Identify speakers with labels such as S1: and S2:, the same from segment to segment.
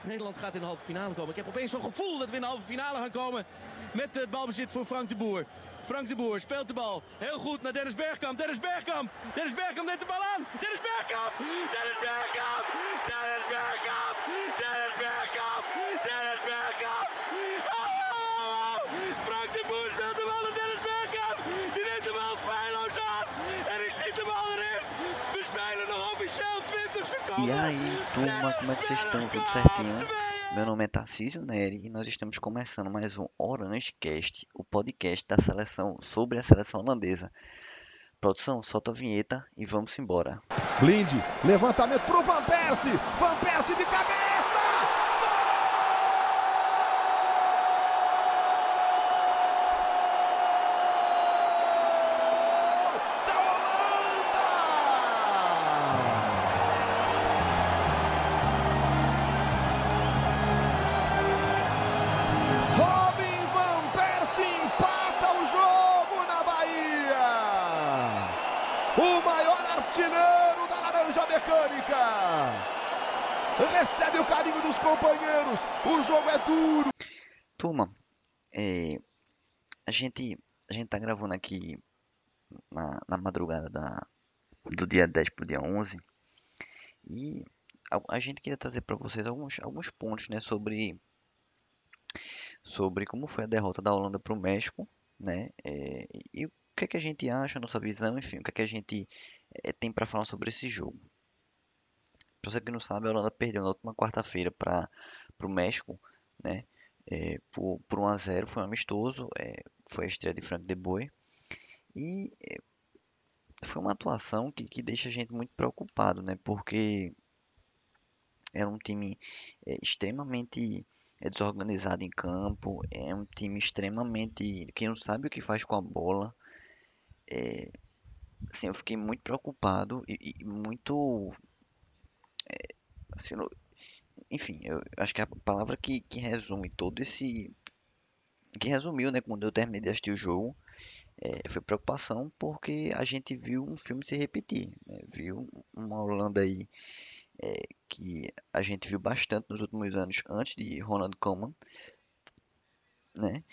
S1: Nederland gaat in de halve finale komen. Ik heb opeens zo'n gevoel dat we in de halve finale gaan komen met het balbezit voor Frank de Boer. Frank de Boer speelt de bal heel goed naar Dennis Bergkamp. Dennis Bergkamp neemt de bal aan. Dennis Bergkamp! Dennis Bergkamp! Dennis Bergkamp! Dennis Bergkamp! Dennis Bergkamp! Oh! Frank de Boer speelt de bal naar Dennis Bergkamp. Die neemt de bal feilloos aan. En ik schiet de bal erin. We spelen nog officieel 20 seconden.
S2: E aí, turma, como é que vocês estão? Tudo certinho? Meu nome é Tarcísio Neri e nós estamos começando mais um Orange Cast, o podcast da seleção sobre a seleção holandesa. Produção, solta a vinheta e vamos embora.
S3: Blind, levantamento pro Van Persie de cabeça! O maior artilheiro da Laranja Mecânica recebe o carinho dos companheiros. O jogo é duro.
S2: Turma, a gente tá gravando aqui na madrugada do dia 10 pro dia 11 e a gente queria trazer para vocês alguns pontos, né, sobre como foi a derrota da Holanda para o México, né, e o que é que a gente acha, a nossa visão, enfim, o que é que a gente tem para falar sobre esse jogo. Para você que não sabe, a Holanda perdeu na última quarta-feira para o México, né, por 1-0, foi um amistoso, foi a estreia de Frank de Boer, e foi uma atuação que deixa a gente muito preocupado, né, porque era um time extremamente desorganizado em campo, é um time extremamente que não sabe o que faz com a bola. Assim, eu fiquei muito preocupado e muito, assim, enfim, eu acho que a palavra que resume todo esse, que resumiu, né, quando eu terminei de assistir o jogo, foi preocupação, porque a gente viu um filme se repetir, né? Viu uma Holanda aí que a gente viu bastante nos últimos anos antes de Ronald Koeman, né?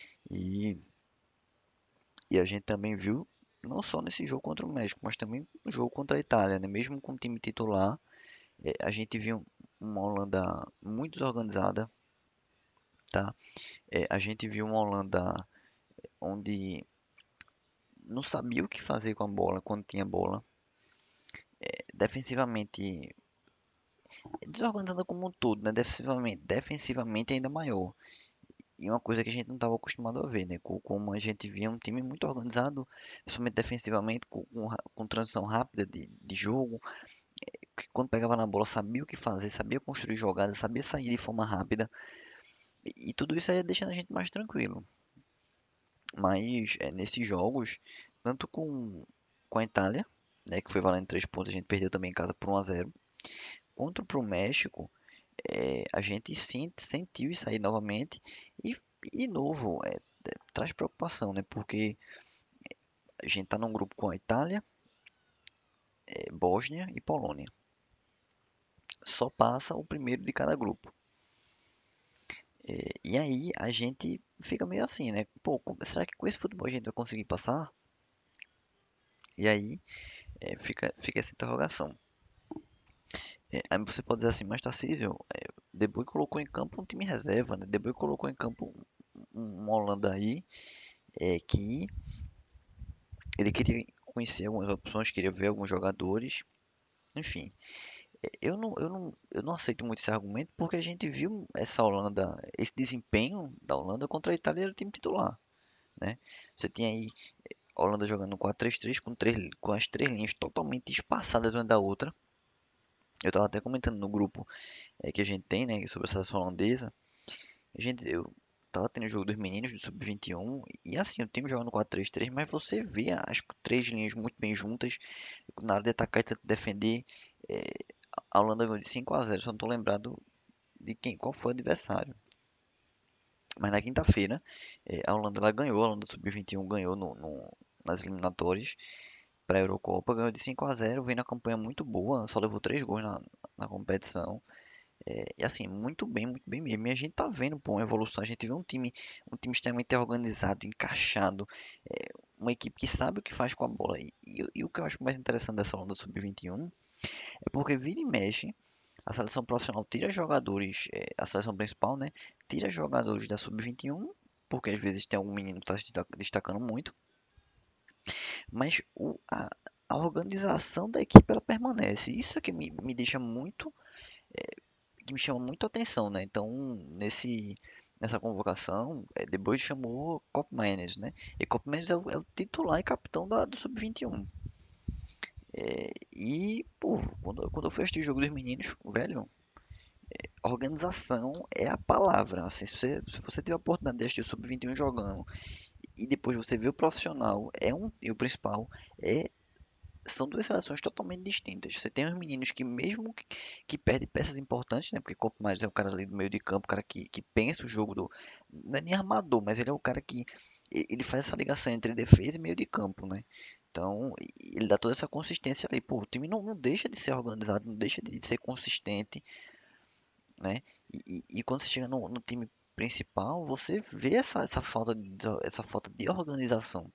S2: E a gente também viu não só nesse jogo contra o México, mas também no jogo contra a Itália, né? Mesmo com o time titular, a gente viu uma Holanda muito desorganizada, tá? A gente viu uma Holanda onde não sabia o que fazer com a bola quando tinha bola. Defensivamente desorganizada como um todo, né? Defensivamente ainda maior. E uma coisa que a gente não estava acostumado a ver, né? Como a gente via um time muito organizado, principalmente defensivamente, com transição rápida de jogo, que quando pegava na bola sabia o que fazer, sabia construir jogadas, sabia sair de forma rápida. E tudo isso aí deixando a gente mais tranquilo. Mas nesses jogos, tanto com a Itália, né, que foi valendo 3 pontos, a gente perdeu também em casa por 1-0, contra o México, a gente sentiu isso aí novamente e de novo traz preocupação, né? Porque a gente tá num grupo com a Itália, Bósnia e Polônia. Só passa o primeiro de cada grupo. E aí a gente fica meio assim, né? Pô, será que com esse futebol a gente vai conseguir passar? E aí fica essa interrogação. Aí você pode dizer assim, mas Tarcísio, De Boer colocou em campo um time reserva, né? De Boer colocou em campo uma Holanda aí que ele queria conhecer algumas opções, queria ver alguns jogadores, enfim. Eu não aceito muito esse argumento porque a gente viu essa Holanda, esse desempenho da Holanda contra a Itália era o time titular, né? Você tinha aí a Holanda jogando no 4-3-3 com as três linhas totalmente espaçadas uma da outra. Eu estava até comentando no grupo que a gente tem, né, sobre a seleção holandesa. Eu tava tendo o jogo dos meninos do Sub-21 e assim, o time jogando no 4-3-3, mas você vê as três linhas muito bem juntas, na hora de atacar e tentar defender. é, a Holanda ganhou de 5-0, só não tô lembrado de qual foi o adversário. Mas na quinta-feira, a Holanda ela ganhou, a Holanda Sub-21 ganhou nas eliminatórias para a Eurocopa, ganhou de 5-0, vem na campanha muito boa, só levou 3 gols na competição. E assim, muito bem mesmo. E a gente tá vendo, pô, uma evolução. A gente vê um time extremamente organizado, encaixado, uma equipe que sabe o que faz com a bola. E o que eu acho mais interessante dessa onda sub-21 é porque vira e mexe, a seleção profissional tira jogadores, a seleção principal, né? Tira jogadores da sub-21, porque às vezes tem algum menino que está se destacando muito, mas a organização da equipe ela permanece. Isso é que me deixa muito, que me chama muito a atenção, né? Então, nessa convocação, depois chamou Cop Miners, né? E Cop Miners é o titular e capitão do Sub-21. E, pô, quando eu fui assistir o jogo dos meninos, velho, organização é a palavra. Assim, se você tiver a oportunidade de assistir o Sub-21 jogando e depois você vê o profissional e o principal, é, são duas seleções totalmente distintas. Você tem os meninos que, mesmo que perdem peças importantes, né? Porque Copo Mares é o cara ali do meio de campo, o cara que pensa o jogo do. Não é nem armador, mas ele é o cara que. Ele faz essa ligação entre defesa e meio de campo, né? Então, ele dá toda essa consistência ali. Pô, o time não deixa de ser organizado, não deixa de ser consistente, né? E quando você chega no time principal, você vê essa falta de organização.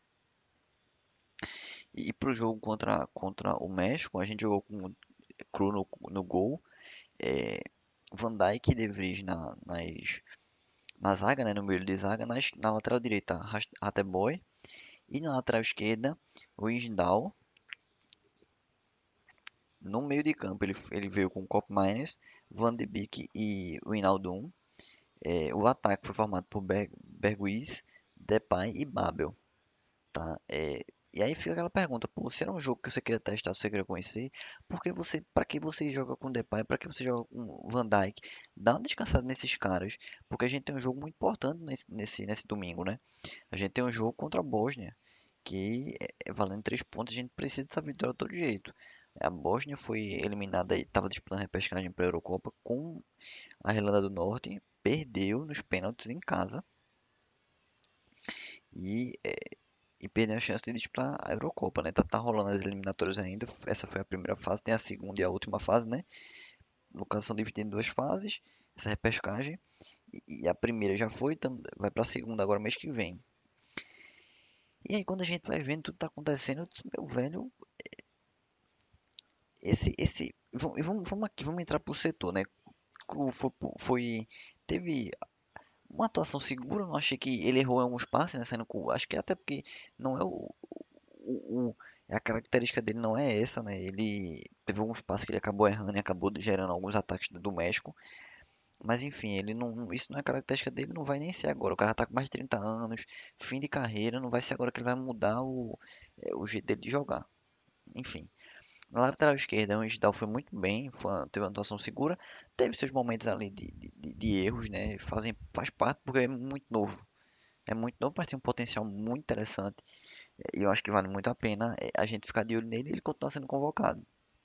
S2: E pro jogo contra o México, a gente jogou com o Cru no gol, é, Van Dijk e De Vries na zaga, né, no meio de zaga, na lateral direita, Rateboy, e na lateral esquerda, o Wijndal. No meio de campo, ele veio com Koopmeiners, Van de Beek e Wijnaldum. O ataque foi formado por Berghuis, Depay e Babel. Tá? E aí fica aquela pergunta, pô, se era um jogo que você queria testar, você queria conhecer, para que você joga com Depay, para que você joga com Van Dijk? Dá uma descansada nesses caras, porque a gente tem um jogo muito importante nesse domingo, né? A gente tem um jogo contra a Bósnia, que é valendo 3 pontos, a gente precisa dessa vitória de todo jeito. A Bósnia foi eliminada e estava disputando a repescagem para a Eurocopa com a Irlanda do Norte, perdeu nos pênaltis em casa e e perdeu a chance de disputar a Eurocopa, né? Tá rolando as eliminatórias ainda. Essa foi a primeira fase, tem a segunda e a última fase, né? No caso, são divididas em duas fases, essa repescagem. E a primeira já foi, então vai pra segunda agora mês que vem. E aí, quando a gente vai vendo tudo que tá acontecendo, eu disse, meu velho, vamos aqui, vamos entrar pro setor, né? Cru teve uma atuação segura, não achei que ele errou em alguns passes, né? Acho que até porque não é a característica dele não é essa, né? Ele teve alguns passes que ele acabou errando e acabou gerando alguns ataques do México. Mas enfim, ele não, isso não é característica dele, não vai nem ser agora. O cara tá com mais de 30 anos, fim de carreira, não vai ser agora que ele vai mudar o jeito dele de jogar. Enfim, na lateral esquerda, o Isdal foi muito bem, teve uma atuação segura, teve seus momentos ali de erros, né? Faz parte porque é muito novo. É muito novo, mas tem um potencial muito interessante. E eu acho que vale muito a pena a gente ficar de olho nele e ele continuar sendo convocado.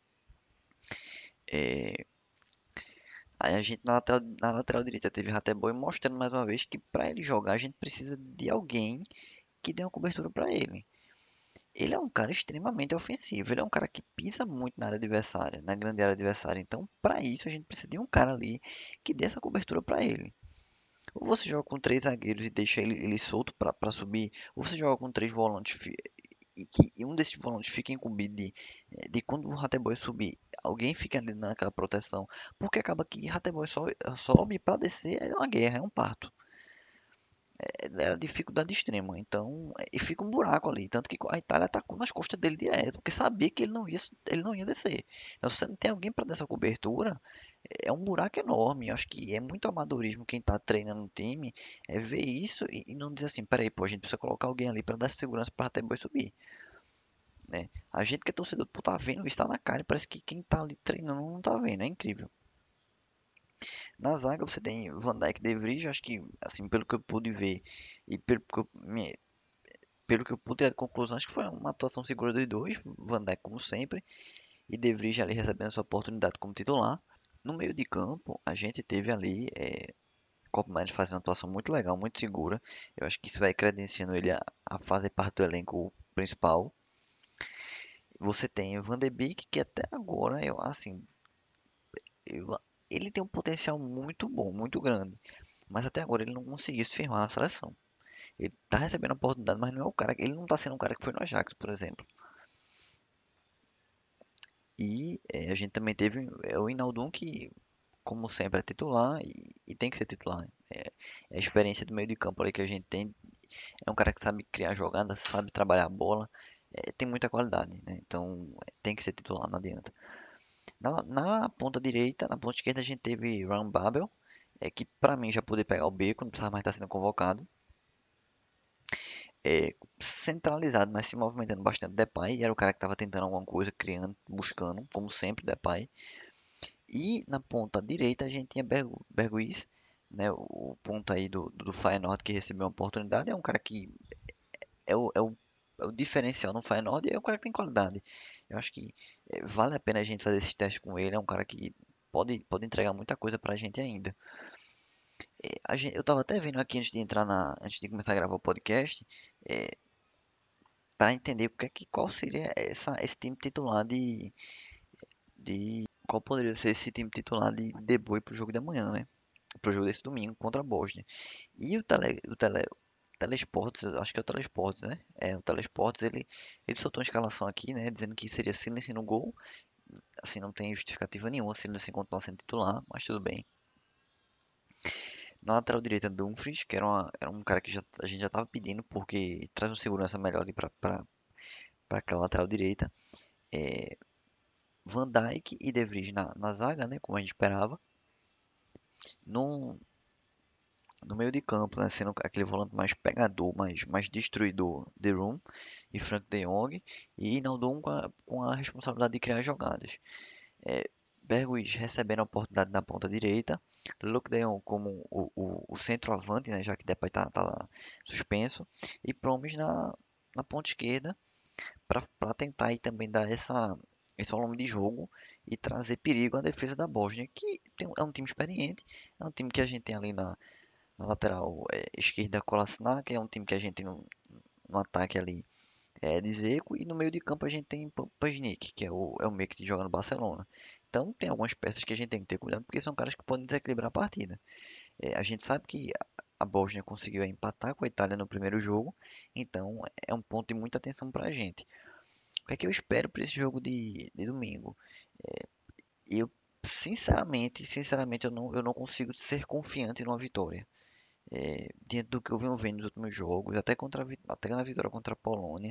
S2: É, aí a gente na lateral direita teve Rateboy mostrando mais uma vez que para ele jogar a gente precisa de alguém que dê uma cobertura para ele. Ele é um cara extremamente ofensivo, ele é um cara que pisa muito na área adversária, na grande área adversária. Então, para isso a gente precisa de um cara ali que dê essa cobertura para ele. Ou você joga com três zagueiros e deixa ele solto para subir, ou você joga com três volantes e um desses volantes fica incumbido de quando o Rateboy subir, alguém fica ali naquela proteção, porque acaba que Rateboy sobe para descer, é uma guerra, é um parto. É a dificuldade extrema. Então, e fica um buraco ali. Tanto que a Itália atacou nas costas dele direto, porque sabia que ele não ia descer. Então, se você não tem alguém para dar essa cobertura, é um buraco enorme. Eu acho que é muito amadorismo quem tá treinando o time, é ver isso e não dizer assim, peraí, pô, a gente precisa colocar alguém ali para dar segurança para Rateboy subir, né? A gente que é torcedor, pô, tá vendo, está na cara, e parece que quem tá ali treinando não tá vendo, é incrível. Na zaga você tem Van Dijk, De Vrij, acho que, assim, pelo que eu pude ver e pelo que eu pude ter de conclusão, acho que foi uma atuação segura dos dois, Van Dijk como sempre, e De Vrij ali recebendo sua oportunidade como titular. No meio de campo, a gente teve ali Koopmeiners fazendo uma atuação muito legal, muito segura. Eu acho que isso vai credenciando ele a fazer parte do elenco principal. Você tem Van de Beek, que até agora, eu, assim, ele tem um potencial muito bom, muito grande. Mas até agora ele não conseguiu se firmar na seleção. Ele tá recebendo a oportunidade, mas não é o cara. Ele não tá sendo um cara que foi no Ajax, por exemplo. E a gente também teve o Hinaldo que, como sempre, é titular e tem que ser titular. É a experiência do meio de campo ali que a gente tem. É um cara que sabe criar jogadas, sabe trabalhar a bola, tem muita qualidade, né? Então tem que ser titular, não adianta. Na ponta direita, na ponta esquerda a gente teve Ryan Babel, que pra mim já poder pegar o beco, não precisava mais estar sendo convocado. Centralizado, mas se movimentando bastante. Depay era o cara que estava tentando alguma coisa, criando, buscando, como sempre, Depay. E na ponta direita a gente tinha Berghuis, né, o ponto aí do Feyenoord que recebeu uma oportunidade. É um cara que é o diferencial no Feyenoord e é um cara que tem qualidade. Eu acho que vale a pena a gente fazer esse teste com ele. É um cara que pode entregar muita coisa pra gente ainda. Eu tava até vendo aqui antes de começar a gravar o podcast, para entender qual seria esse time titular qual poderia ser esse time titular de Boi pro jogo de amanhã, né? Pro jogo desse domingo contra a Bósnia. E Telesportes, acho que é o Telesportes, né? O Telesportes, ele soltou uma escalação aqui, né? Dizendo que seria Silencio no gol. Assim, não tem justificativa nenhuma, Silencio continuar sendo titular, mas tudo bem. Na lateral direita, Dumfries, que era um cara que a gente já tava pedindo, porque traz uma segurança melhor ali pra aquela lateral direita. É, Van Dijk e De Vrij na zaga, né? Como a gente esperava. No, no meio de campo, né? Sendo aquele volante mais pegador, mais destruidor, De Roon e Frank De Jong. E Wijnaldum com a responsabilidade de criar jogadas. É, Berghuis recebendo a oportunidade na ponta direita. Luke De Jong como o centroavante, né? Já que Depay tá lá suspenso. E Promes na ponta esquerda para tentar aí também dar esse volume de jogo e trazer perigo à defesa da Bósnia, que é um time experiente, é um time que a gente tem ali na lateral esquerda Kolasinac, é um time que a gente tem no ataque ali de Dzeko, e no meio de campo a gente tem Pjanic, que é o meio que joga no Barcelona. Então tem algumas peças que a gente tem que ter cuidado, porque são caras que podem desequilibrar a partida. A gente sabe que a Bósnia conseguiu empatar com a Itália no primeiro jogo, então é um ponto de muita atenção para a gente. O que é que eu espero para esse jogo de domingo? Eu, sinceramente, eu não consigo ser confiante numa vitória. Diante do que eu venho vendo nos últimos jogos, até na vitória contra a Polônia,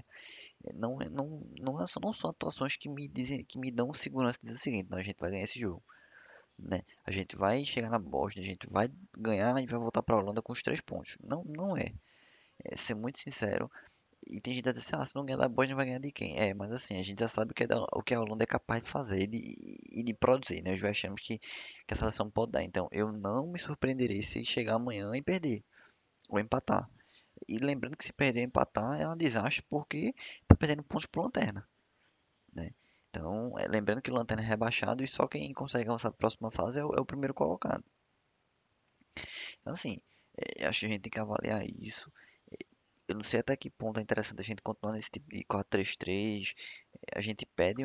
S2: não são atuações que me dizem, que me dão segurança de dizer o seguinte: não, a gente vai ganhar esse jogo, né? A gente vai chegar na Bósnia, a gente vai ganhar e vai voltar para a Holanda com os 3 pontos. Não, não é. Ser muito sincero, e tem gente que diz assim, se não ganhar da Bósnia, vai ganhar de quem? Mas assim, a gente já sabe o que a Holanda é capaz de fazer e de produzir, né? Os vexames que a seleção pode dar. Então, eu não me surpreenderei se chegar amanhã e perder, ou empatar. E lembrando que se perder ou empatar é um desastre, porque tá perdendo pontos pro Lanterna, né? Então, lembrando que o Lanterna é rebaixado e só quem consegue avançar para a próxima fase é o primeiro colocado. Então, assim, acho que a gente tem que avaliar isso. Eu não sei até que ponto é interessante a gente continuar nesse tipo de 4-3-3. A gente pede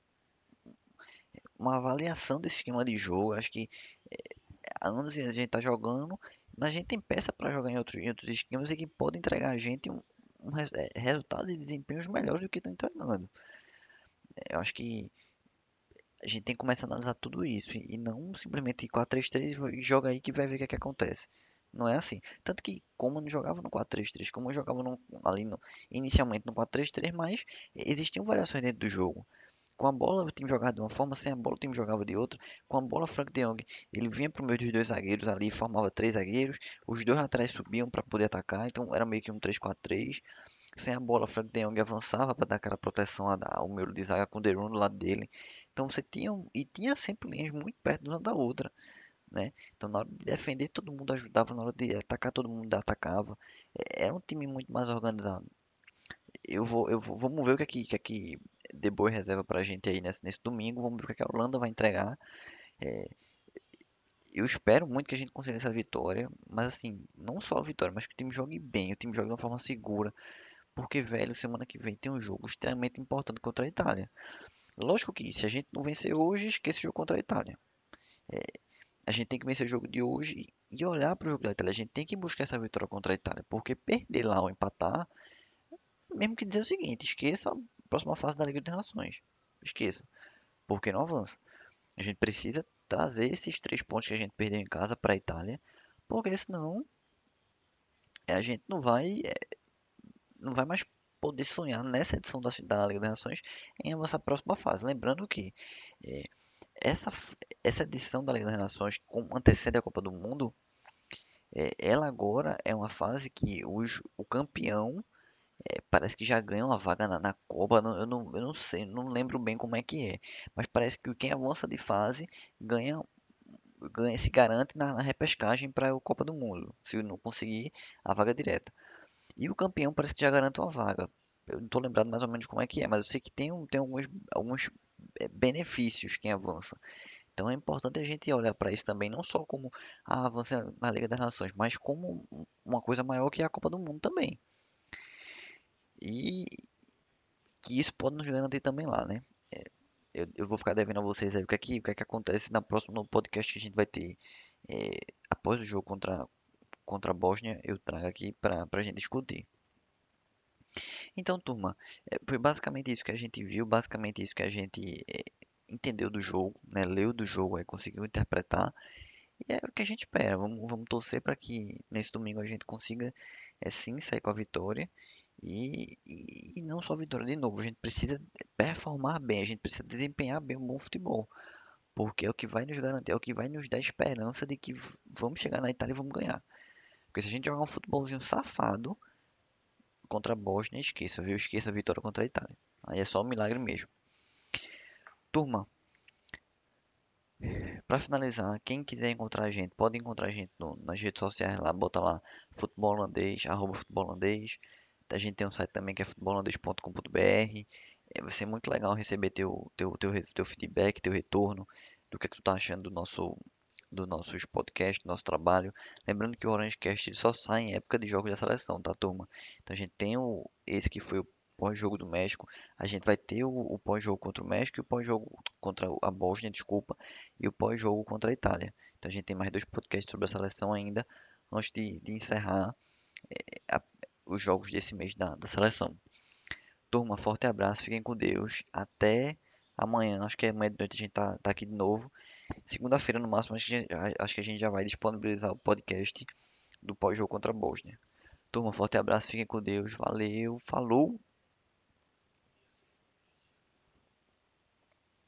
S2: uma avaliação desse esquema de jogo. Acho que há anos a gente está jogando, mas a gente tem peça para jogar em outros esquemas e que pode entregar a gente resultados e desempenhos melhores do que estão entregando. Eu acho que a gente tem que começar a analisar tudo isso e não simplesmente ir 4-3-3 e joga aí que vai ver o que, é que acontece. Não é assim. Tanto que, como eu não jogava no 4-3-3, como eu jogava inicialmente no 4-3-3, mas existiam variações dentro do jogo. Com a bola, o time jogava de uma forma, sem a bola, o time jogava de outra. Com a bola, Frank de Jong, ele vinha para o meio dos 2 zagueiros ali, formava 3 zagueiros. Os dois atrás subiam para poder atacar, então era meio que um 3-4-3. Sem a bola, Frank de Jong avançava para dar aquela proteção ao meio de zaga com o De Roon do lado dele. Então você tinha sempre linhas muito perto uma da outra, né? Então na hora de defender todo mundo ajudava, na hora de atacar todo mundo atacava. Era um time muito mais organizado. Vamos ver o que é que De Boer reserva pra gente aí nesse domingo. Vamos ver o que é que a Holanda vai entregar. É, eu espero muito que a gente consiga essa vitória, mas assim, não só a vitória, mas que o time jogue bem, o time jogue de uma forma segura, porque, velho, semana que vem tem um jogo extremamente importante contra a Itália. Lógico que se a gente não vencer hoje, esquece o jogo contra a Itália. A gente tem que vencer o jogo de hoje e olhar para o jogo da Itália. A gente tem que buscar essa vitória contra a Itália, porque perder lá ou empatar, mesmo que dizer o seguinte, esqueça a próxima fase da Liga das Nações. Esqueça, porque não avança. A gente precisa trazer esses 3 pontos que a gente perdeu em casa para a Itália, porque senão a gente não vai mais poder sonhar nessa edição da Liga das Nações em avançar para a próxima fase. Lembrando que é, essa, essa edição da Liga das Nações, com antecede a Copa do Mundo, ela agora é uma fase que o campeão parece que já ganha uma vaga na Copa. Eu não sei, não lembro bem como é que é, mas parece que quem avança de fase ganha, se garante na repescagem para a Copa do Mundo, se não conseguir a vaga direta. E o campeão parece que já garante uma vaga. Eu não estou lembrado mais ou menos como é que é, mas eu sei que tem alguns benefícios quem avança. Então é importante a gente olhar para isso também, não só como avança na Liga das Nações, mas como uma coisa maior que é a Copa do Mundo também. E que isso pode nos garantir também lá, né? Eu vou ficar devendo a vocês aí o que é que acontece no podcast que a gente vai ter após o jogo contra a Bósnia, eu trago aqui para a gente discutir. Então, turma, foi basicamente isso que a gente viu, basicamente isso que a gente entendeu do jogo, né? Leu do jogo, conseguiu interpretar. E é o que a gente espera. Vamos torcer para que nesse domingo a gente consiga sim sair com a vitória. E não só a vitória de novo, a gente precisa performar bem, a gente precisa desempenhar bem um bom futebol. Porque é o que vai nos garantir, é o que vai nos dar esperança de que vamos chegar na Itália e vamos ganhar. Porque se a gente jogar um futebolzinho safado contra a Bósnia, esqueça, viu? Esqueça a vitória contra a Itália. Aí é só um milagre mesmo. Turma, para finalizar, quem quiser encontrar a gente, pode encontrar a gente nas redes sociais lá, bota lá futebol holandês, @futebol holandês. A gente tem um site também que é futebolholandês.com.br. Vai ser muito legal receber teu feedback, teu retorno, do que tu tá achando do nossos podcasts, do nosso trabalho. Lembrando que o OrangeCast ele só sai em época de jogos da seleção, tá, turma? Então a gente tem esse que foi o pós-jogo do México, a gente vai ter o pós-jogo contra o México e o pós-jogo contra a Bósnia, desculpa, e o pós-jogo contra a Itália. Então a gente tem mais 2 podcasts sobre a seleção ainda, antes de encerrar a- os jogos desse mês da seleção. Turma, forte abraço, fiquem com Deus. Até amanhã, acho que amanhã de noite a gente tá aqui de novo. Segunda-feira, no máximo, acho que a gente já vai disponibilizar o podcast do pós-jogo contra a Bósnia. Turma, forte abraço, fiquem com Deus. Valeu, falou!